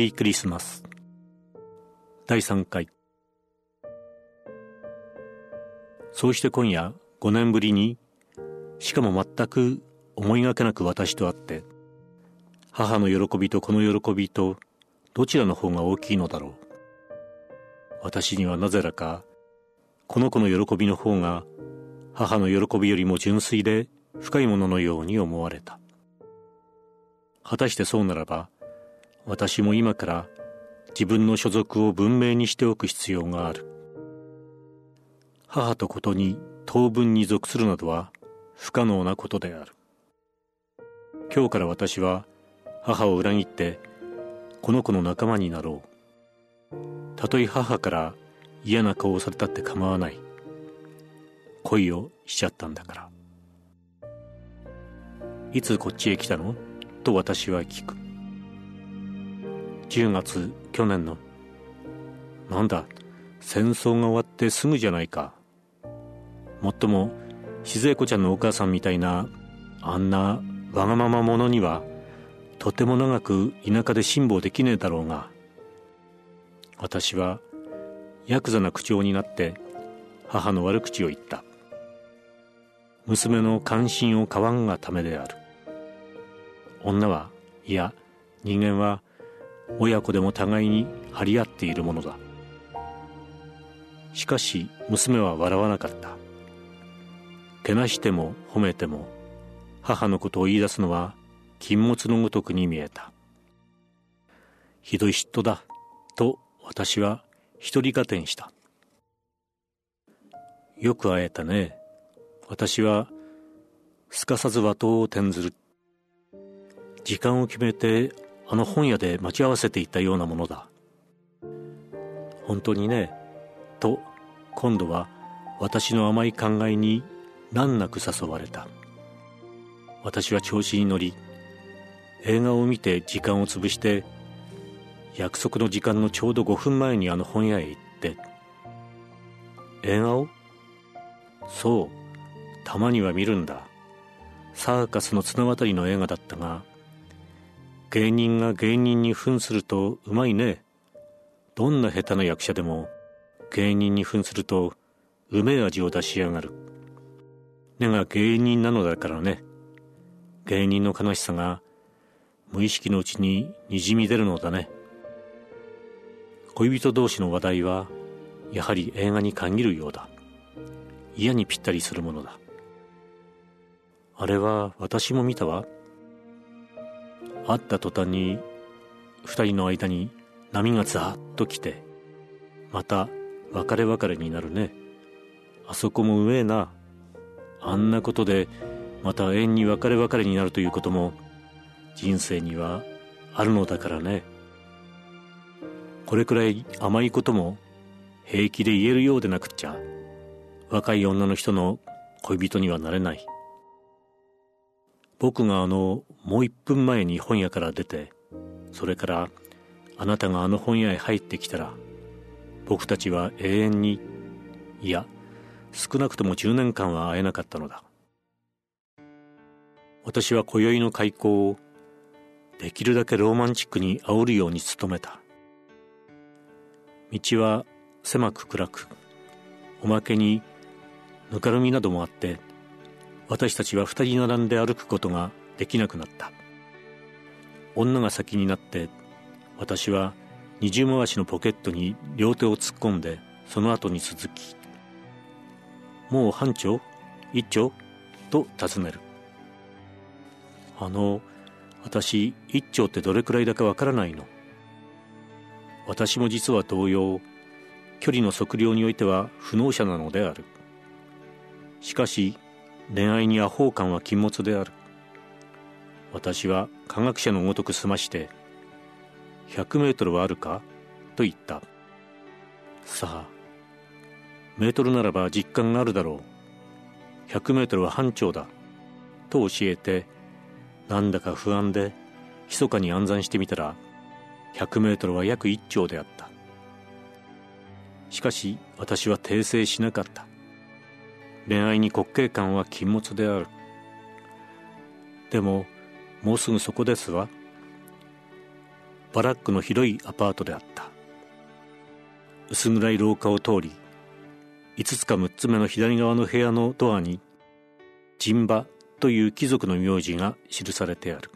リークリスマス第3回。そうして今夜5年ぶりに、しかも全く思いがけなく私と会って、母の喜びとこの喜びとどちらの方が大きいのだろう。私にはなぜだかこの子の喜びの方が母の喜びよりも純粋で深いもののように思われた。果たしてそうならば、私も今から自分の所属を文明にしておく必要がある。母と子とに等分に属するなどは不可能なことである。今日から私は母を裏切ってこの子の仲間になろう。たとえ母から嫌な顔をされたって構わない。恋をしちゃったんだから。いつこっちへ来たの？と私は聞く。10月、去年の。なんだ、戦争が終わってすぐじゃないか。もっとも静江子ちゃんのお母さんみたいなあんなわがまま者にはとても長く田舎で辛抱できねえだろうが。私はヤクザな口調になって母の悪口を言った。娘の関心を買わんがためである。女は、いや人間は親子でも互いに張り合っているものだ。しかし娘は笑わなかった。けなしても褒めても母のことを言い出すのは禁物のごとくに見えた。ひどい嫉妬だと私は一人合点した。よく会えたね。私はすかさず的を転ずる。時間を決めてあの本屋で待ち合わせていたようなものだ。本当にね。と今度は私の甘い考えに難なく誘われた。私は調子に乗り、映画を見て時間を潰して、約束の時間のちょうど5分前にあの本屋へ行って。映画を？そう、たまには見るんだ。サーカスの綱渡りの映画だったが、芸人が芸人に扮するとうまいね。どんな下手な役者でも芸人に扮するとうめえ味を出しやがる。根が芸人なのだからね。芸人の悲しさが無意識のうちににじみ出るのだね。恋人同士の話題はやはり映画に限るようだ。嫌にぴったりするものだ。あれは私も見たわ。会った途端に二人の間に波がザーッと来て、また別れ別れになるね。あそこもうめえな。あんなことでまた永遠に別れ別れになるということも人生にはあるのだからね。これくらい甘いことも平気で言えるようでなくっちゃ若い女の人の恋人にはなれない。僕がもう1分前に本屋から出て、それからあなたがあの本屋へ入ってきたら、僕たちは永遠に、いや少なくとも10年間は会えなかったのだ。私は今宵の開口をできるだけローマンチックに煽るように努めた。道は狭く暗く、おまけにぬかるみなどもあって、私たちは二人並んで歩くことができなくなった。女が先になって、私は二重回しのポケットに両手を突っ込んで、その後に続き、もう半丁？一丁？と尋ねる。私、一丁ってどれくらいだかわからないの。私も実は同様、距離の測量においては不能者なのである。しかし、恋愛にアホ感は禁物である。私は科学者のごとく済まして、100メートルはあるかと言った。さあ、メートルならば実感があるだろう。100メートルは半丁だ。と教えて、なんだか不安で、密かに暗算してみたら、100メートルは約1丁であった。しかし、私は訂正しなかった。恋愛に滑稽感は禁物である。でも、もうすぐそこですわ。 バラックの広いアパートであった。薄暗い廊下を通り、5つか6つ目の左側の部屋のドアに陣馬という貴族の名字が記されてある。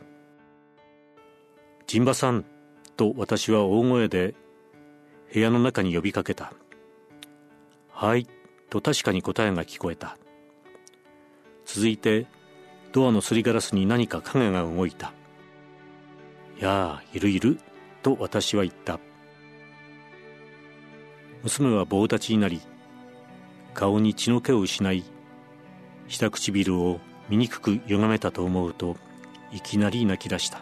陣馬さんと私は大声で部屋の中に呼びかけた。はいと確かに答えが聞こえた。続いてドアのすりガラスに何か影が動いた。やあ、いるいると私は言った。娘は棒立ちになり、顔に血の気を失い、下唇を醜く歪めたと思うといきなり泣き出した。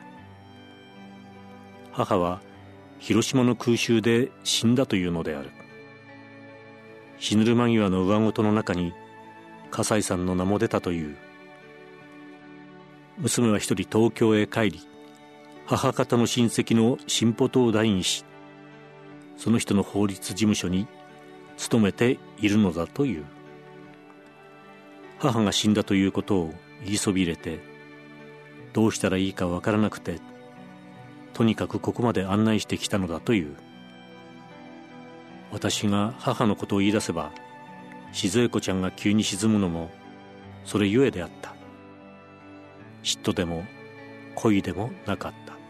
母は広島の空襲で死んだというのである。死ぬる間際の上言の中に笠井さんの名も出たという。娘は一人東京へ帰り、母方の親戚の新保党代議士、その人の法律事務所に勤めているのだという。母が死んだということを言いそびれて、どうしたらいいかわからなくて、とにかくここまで案内してきたのだという。私が母のことを言い出せば、静江子ちゃんが急に沈むのもそれゆえであった。嫉妬でも恋でもなかった。